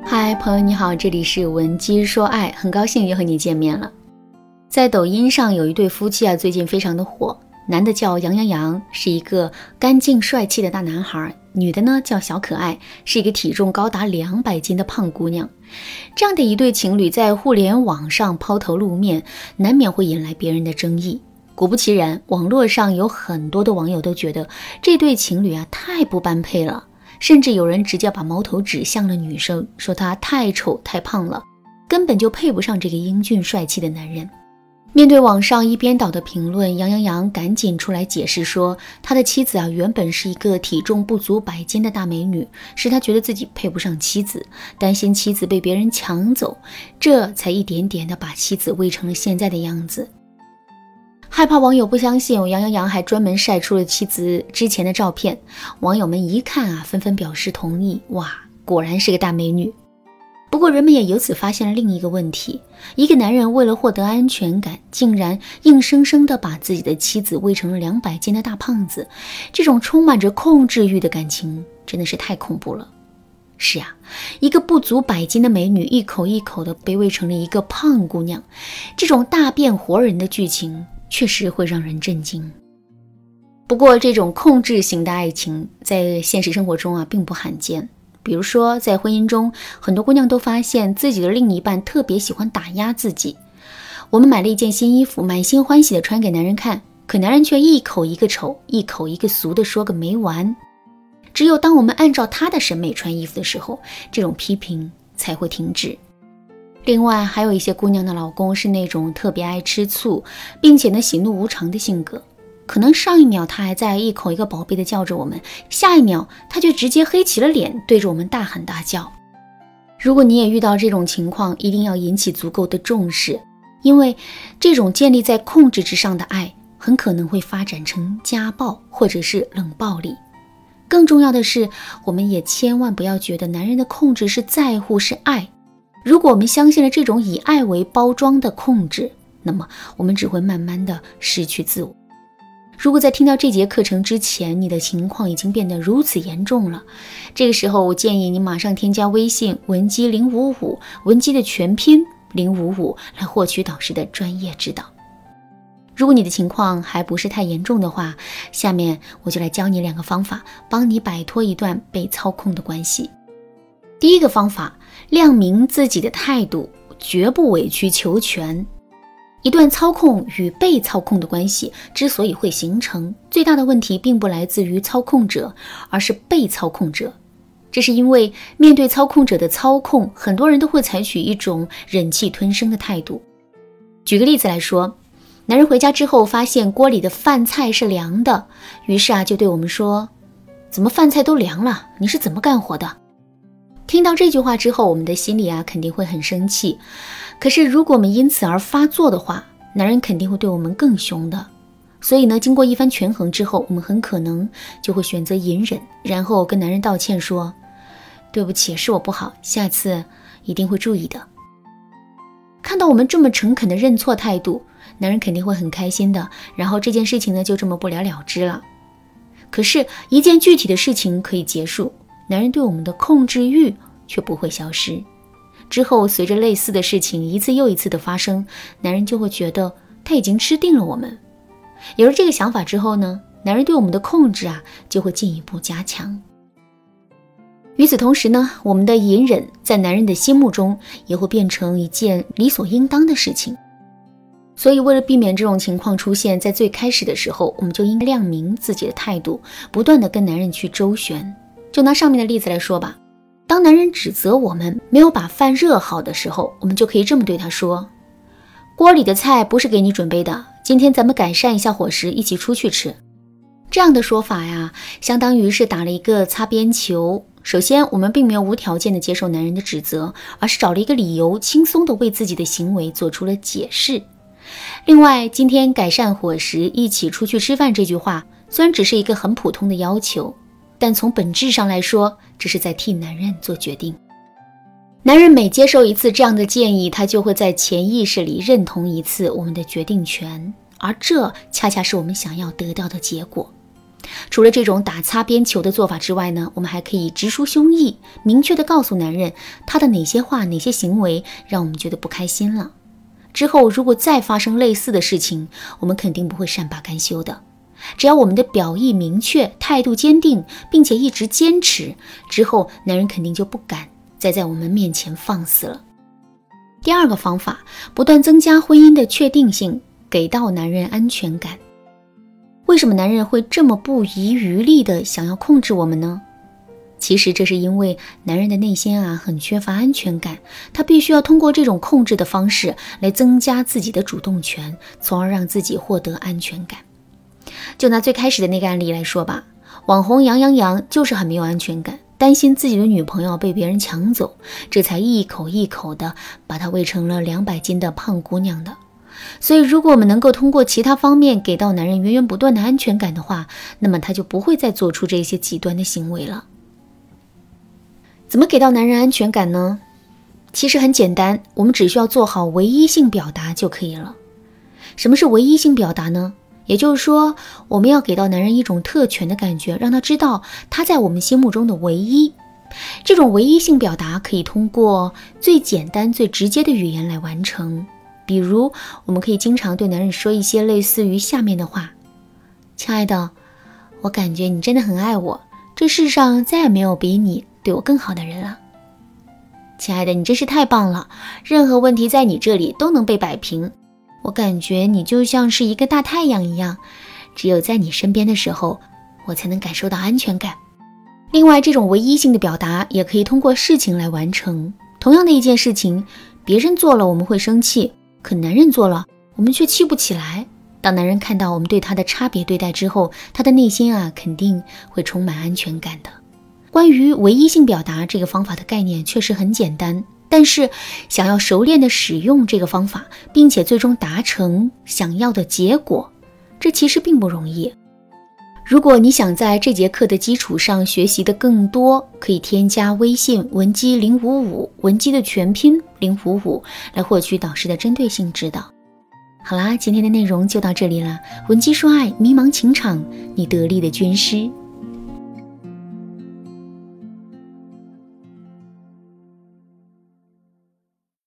嗨，朋友你好，这里是文姬说爱，很高兴又和你见面了。在抖音上有一对夫妻最近非常的火，男的叫杨洋洋，是一个干净帅气的大男孩，女的呢叫小可爱，是一个体重高达200斤的胖姑娘。这样的一对情侣在互联网上抛头露面，难免会引来别人的争议。果不其然，网络上有很多的网友都觉得这对情侣太不般配了，甚至有人直接把矛头指向了女生，说她太丑太胖了，根本就配不上这个英俊帅气的男人。面对网上一边倒的评论，杨洋洋赶紧出来解释说，他的妻子原本是一个体重不足100斤的大美女，是他觉得自己配不上妻子，担心妻子被别人抢走，这才一点点的把妻子喂成了现在的样子。害怕网友不相信，杨洋洋还专门晒出了妻子之前的照片，网友们一看纷纷表示同意，哇，果然是个大美女。不过人们也由此发现了另一个问题，一个男人为了获得安全感，竟然硬生生地把自己的妻子喂成了200斤的大胖子，这种充满着控制欲的感情真的是太恐怖了。是啊，一个不足100斤的美女一口一口地被喂成了一个胖姑娘，这种大变活人的剧情确实会让人震惊。不过这种控制型的爱情在现实生活中并不罕见。比如说在婚姻中，很多姑娘都发现自己的另一半特别喜欢打压自己。我们买了一件新衣服，满心欢喜地穿给男人看，可男人却一口一个丑，一口一个俗地说个没完。只有当我们按照他的审美穿衣服的时候，这种批评才会停止。另外还有一些姑娘的老公是那种特别爱吃醋，并且喜怒无常的性格，可能上一秒他还在一口一个宝贝的叫着我们，下一秒他却直接黑起了脸，对着我们大喊大叫。如果你也遇到这种情况，一定要引起足够的重视，因为这种建立在控制之上的爱很可能会发展成家暴或者是冷暴力。更重要的是，我们也千万不要觉得男人的控制是在乎是爱。如果我们相信了这种以爱为包装的控制，那么我们只会慢慢的失去自我。如果在听到这节课程之前，你的情况已经变得如此严重了，这个时候我建议你马上添加微信文姬055，文姬的全拼055，来获取导师的专业指导。如果你的情况还不是太严重的话，下面我就来教你2个方法，帮你摆脱一段被操控的关系。第一个方法，亮明自己的态度，绝不委曲求全。一段操控与被操控的关系之所以会形成，最大的问题并不来自于操控者，而是被操控者。这是因为面对操控者的操控，很多人都会采取一种忍气吞声的态度。举个例子来说，男人回家之后发现锅里的饭菜是凉的，于是就对我们说，怎么饭菜都凉了，你是怎么干活的？听到这句话之后，我们的心里肯定会很生气。可是如果我们因此而发作的话，男人肯定会对我们更凶的。所以呢，经过一番权衡之后，我们很可能就会选择隐忍，然后跟男人道歉说，对不起，是我不好，下次一定会注意的。看到我们这么诚恳的认错态度，男人肯定会很开心的，然后这件事情呢就这么不了了之了。可是一件具体的事情可以结束，男人对我们的控制欲却不会消失。之后随着类似的事情一次又一次的发生，男人就会觉得他已经吃定了我们。有了这个想法之后呢，男人对我们的控制就会进一步加强。与此同时呢，我们的隐忍在男人的心目中也会变成一件理所应当的事情。所以为了避免这种情况出现，在最开始的时候，我们就应该亮明自己的态度，不断的跟男人去周旋。就拿上面的例子来说吧，当男人指责我们没有把饭热好的时候，我们就可以这么对他说，锅里的菜不是给你准备的，今天咱们改善一下伙食，一起出去吃。这样的说法相当于是打了一个擦边球。首先，我们并没有无条件的接受男人的指责，而是找了一个理由，轻松的为自己的行为做出了解释。另外，今天改善伙食，一起出去吃饭这句话，虽然只是一个很普通的要求，但从本质上来说，这是在替男人做决定。男人每接受一次这样的建议，他就会在潜意识里认同一次我们的决定权，而这恰恰是我们想要得到的结果。 除了这种打擦边球的做法之外呢，我们还可以直抒胸臆，明确地告诉男人他的哪些话哪些行为让我们觉得不开心了。之后如果再发生类似的事情，我们肯定不会善罢甘休的。只要我们的表意明确，态度坚定，并且一直坚持，之后男人肯定就不敢再在我们面前放肆了。第二个方法，不断增加婚姻的确定性，给到男人安全感。为什么男人会这么不遗余力地想要控制我们呢？其实这是因为男人的内心很缺乏安全感，他必须要通过这种控制的方式来增加自己的主动权，从而让自己获得安全感。就拿最开始的那个案例来说吧，网红杨洋洋就是很没有安全感，担心自己的女朋友被别人抢走，这才一口一口的把她喂成了200斤的胖姑娘的。所以如果我们能够通过其他方面给到男人源源不断的安全感的话，那么他就不会再做出这些极端的行为了。怎么给到男人安全感呢？其实很简单，我们只需要做好唯一性表达就可以了。什么是唯一性表达呢？也就是说，我们要给到男人一种特权的感觉，让他知道他在我们心目中的唯一。这种唯一性表达可以通过最简单最直接的语言来完成。比如我们可以经常对男人说一些类似于下面的话：亲爱的，我感觉你真的很爱我，这世上再也没有比你对我更好的人了。亲爱的，你真是太棒了，任何问题在你这里都能被摆平，我感觉你就像是一个大太阳一样，只有在你身边的时候，我才能感受到安全感。另外，这种唯一性的表达也可以通过事情来完成。同样的一件事情，别人做了我们会生气，可男人做了我们却气不起来。当男人看到我们对他的差别对待之后，他的内心肯定会充满安全感的。关于唯一性表达这个方法的概念确实很简单，但是想要熟练的使用这个方法，并且最终达成想要的结果，这其实并不容易。如果你想在这节课的基础上学习的更多，可以添加微信文姬055，文姬的全拼055，来获取导师的针对性指导。好啦，今天的内容就到这里了。文姬说爱，迷茫情场，你得力的军师。